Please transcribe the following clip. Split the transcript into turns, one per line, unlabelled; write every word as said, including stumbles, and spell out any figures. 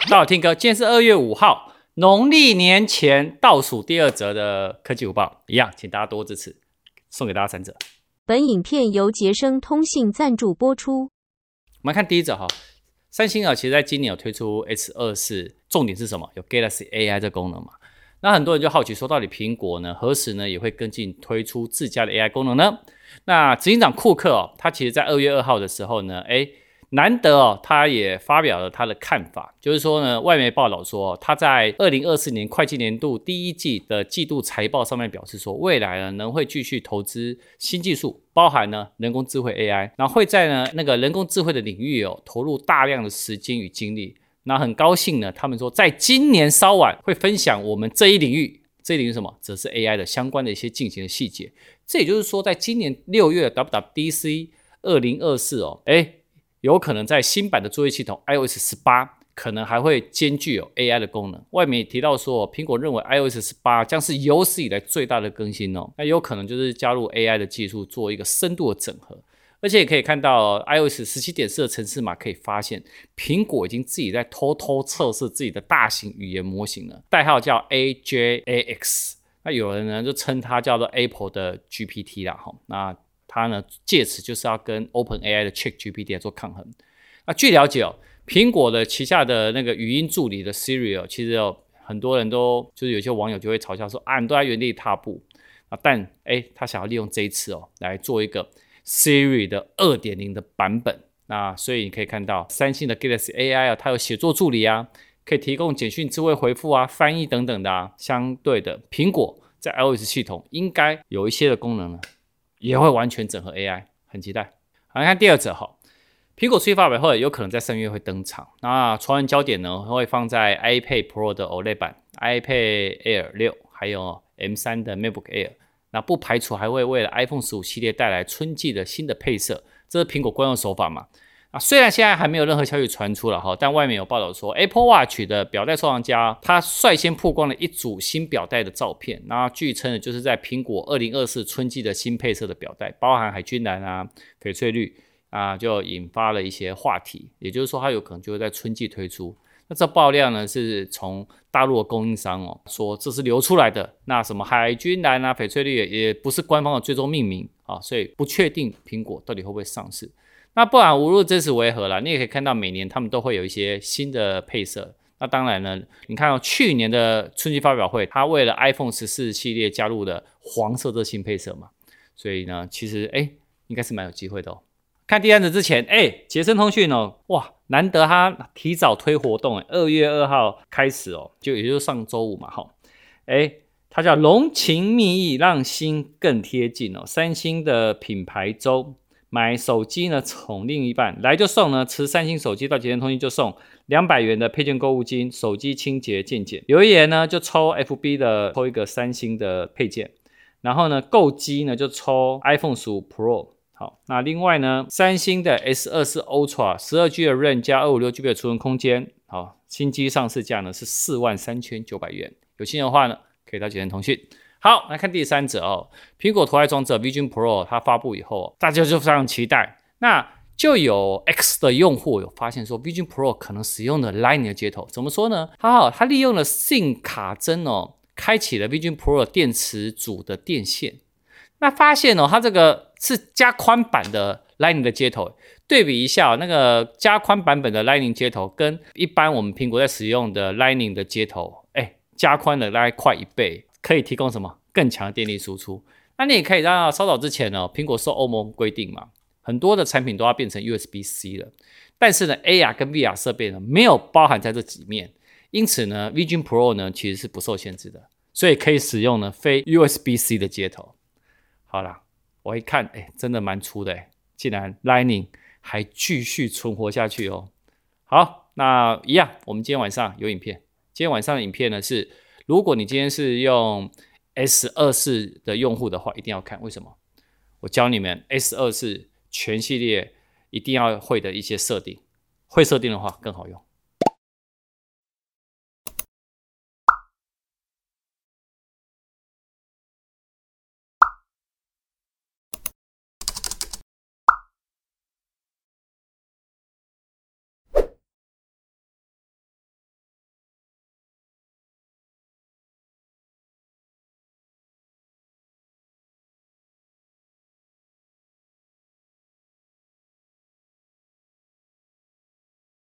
大家好，听哥，今天是二月五号，农历年前倒数第二则的科技午报，一样，请大家多支持，送给大家三则。
本影片由杰生通信赞助播出。
我们看第一则哈，三星啊，其实在今年有推出 S 二十四，重点是什么？有 Galaxy A I 这功能嘛？那很多人就好奇说，到底苹果呢，何时呢也会跟进推出自家的 A I 功能呢？那执行长库克哦，他其实在二月二号的时候呢，哎。难得哦，他也发表了他的看法，就是说呢，外媒报道说，他在二零二四年会计年度第一季的季度财报上面表示说，未来呢能会继续投资新技术，包含呢人工智慧 A I， 然后会在呢那个人工智慧的领域哦投入大量的时间与精力。那很高兴呢，他们说在今年稍晚会分享我们这一领域，这一领域是什么？则是 A I 的相关的一些进行的细节。这也就是说，在今年六月 W W D C 二零二四哦，哎。有可能在新版的作业系统 i O S 十八 可能还会兼具有 A I 的功能。外媒也提到说，苹果认为 i O S 十八 将是有史以来最大的更新哦，那有可能就是加入 A I 的技术做一个深度的整合。而且也可以看到 i O S 十七点四 的程式码可以发现，苹果已经自己在偷偷测试自己的大型语言模型了，代号叫 A J A X。那有人呢就称它叫做 Apple 的 G P T 啦，那它呢，借此就是要跟 OpenAI 的 ChatGPT 来做抗衡。那据了解哦，苹果的旗下的那个语音助理的 Siri 哦，其实有、哦、很多人都就是有些网友就会嘲笑说啊，你都在原地踏步啊。但哎，他想要利用这一次哦，来做一个 Siri 的 二点零 的版本。那所以你可以看到，三星的 Galaxy A I 啊，它有写作助理啊，可以提供简讯、智慧回复啊、翻译等等的啊。相对的，苹果在 iOS 系统应该有一些的功能呢。也会完全整合 A I， 很期待。好，来看第二则哈，苹果出发表后有可能在三月会登场。那传闻焦点呢会放在 iPad Pro 的 O L E D 版、iPad Air 六，还有 M 三 的 MacBook Air。那不排除还会为了 iPhone 十五系列带来春季的新的配色，这是苹果惯用手法嘛？啊，虽然现在还没有任何消息传出了哈，但外面有报道说 Apple Watch 的表带收藏家他率先曝光了一组新表带的照片，那据称的就是在苹果二零二四春季的新配色的表带，包含海军蓝啊、翡翠绿啊，就引发了一些话题，也就是说它有可能就会在春季推出。那这爆料呢是从大陆的供应商哦说这是流出来的，那什么海军蓝啊、翡翠绿 也, 也不是官方的最终命名啊，所以不确定苹果到底会不会上市。那不然无论这次为何啦，你也可以看到每年他们都会有一些新的配色。那当然呢，你看到、哦、去年的春季发表会，它为了 iPhone 十四系列加入了黄色这新配色嘛，所以呢，其实哎，应该是蛮有机会的哦。看第三则之前，哎，捷森通讯哦，哇，难得它提早推活动，二月二号开始哦，就也就是上周五嘛，哈，哎。它叫浓情蜜意，让心更贴近哦。三星的品牌周。买手机呢宠另一半，来就送呢，持三星手机到捷森通讯就送两百元的配件购物金，手机清洁健检，留言呢就抽 F B 的抽一个三星的配件，然后呢购机呢就抽 iPhone 十五 Pro。 好，那另外呢三星的 S 二十四 Ultra 十二 G 的 RAM 加 二百五十六 G 的储存空间，好，新机上市价呢是四万三千九百元，有兴趣的话呢可以到捷森通讯。好，来看第三者哦，苹果头戴装置 Vision Pro 它发布以后，大家就非常期待。那就有 X 的用户有发现说 Vision Pro 可能使用的 Lightning 的接头，怎么说呢？它它利用了 SIM 卡针哦，开启了 Vision Pro 电池组的电线。那发现哦，它这个是加宽版的 Lightning 的接头，对比一下、哦、那个加宽版本的 Lightning 接头跟一般我们苹果在使用的 Lightning 的接头，哎，加宽了大概快一倍。可以提供什么更强的电力输出？那你也可以让稍早之前呢，苹果受欧盟规定嘛，很多的产品都要变成 U S B C 了，但是呢 A R 跟 V R 设备呢没有包含在这几面，因此呢 Vision Pro 呢其实是不受限制的，所以可以使用呢非 U S B C 的接头。好啦，我一看，哎，真的蛮粗的，竟然 Lightning 还继续存活下去哦。好，那一样，我们今天晚上有影片，今天晚上的影片呢是。如果你今天是用 S 二十四 的用户的话，一定要看，为什么？我教你们 S 二十四 全系列一定要会的一些设定，会设定的话更好用。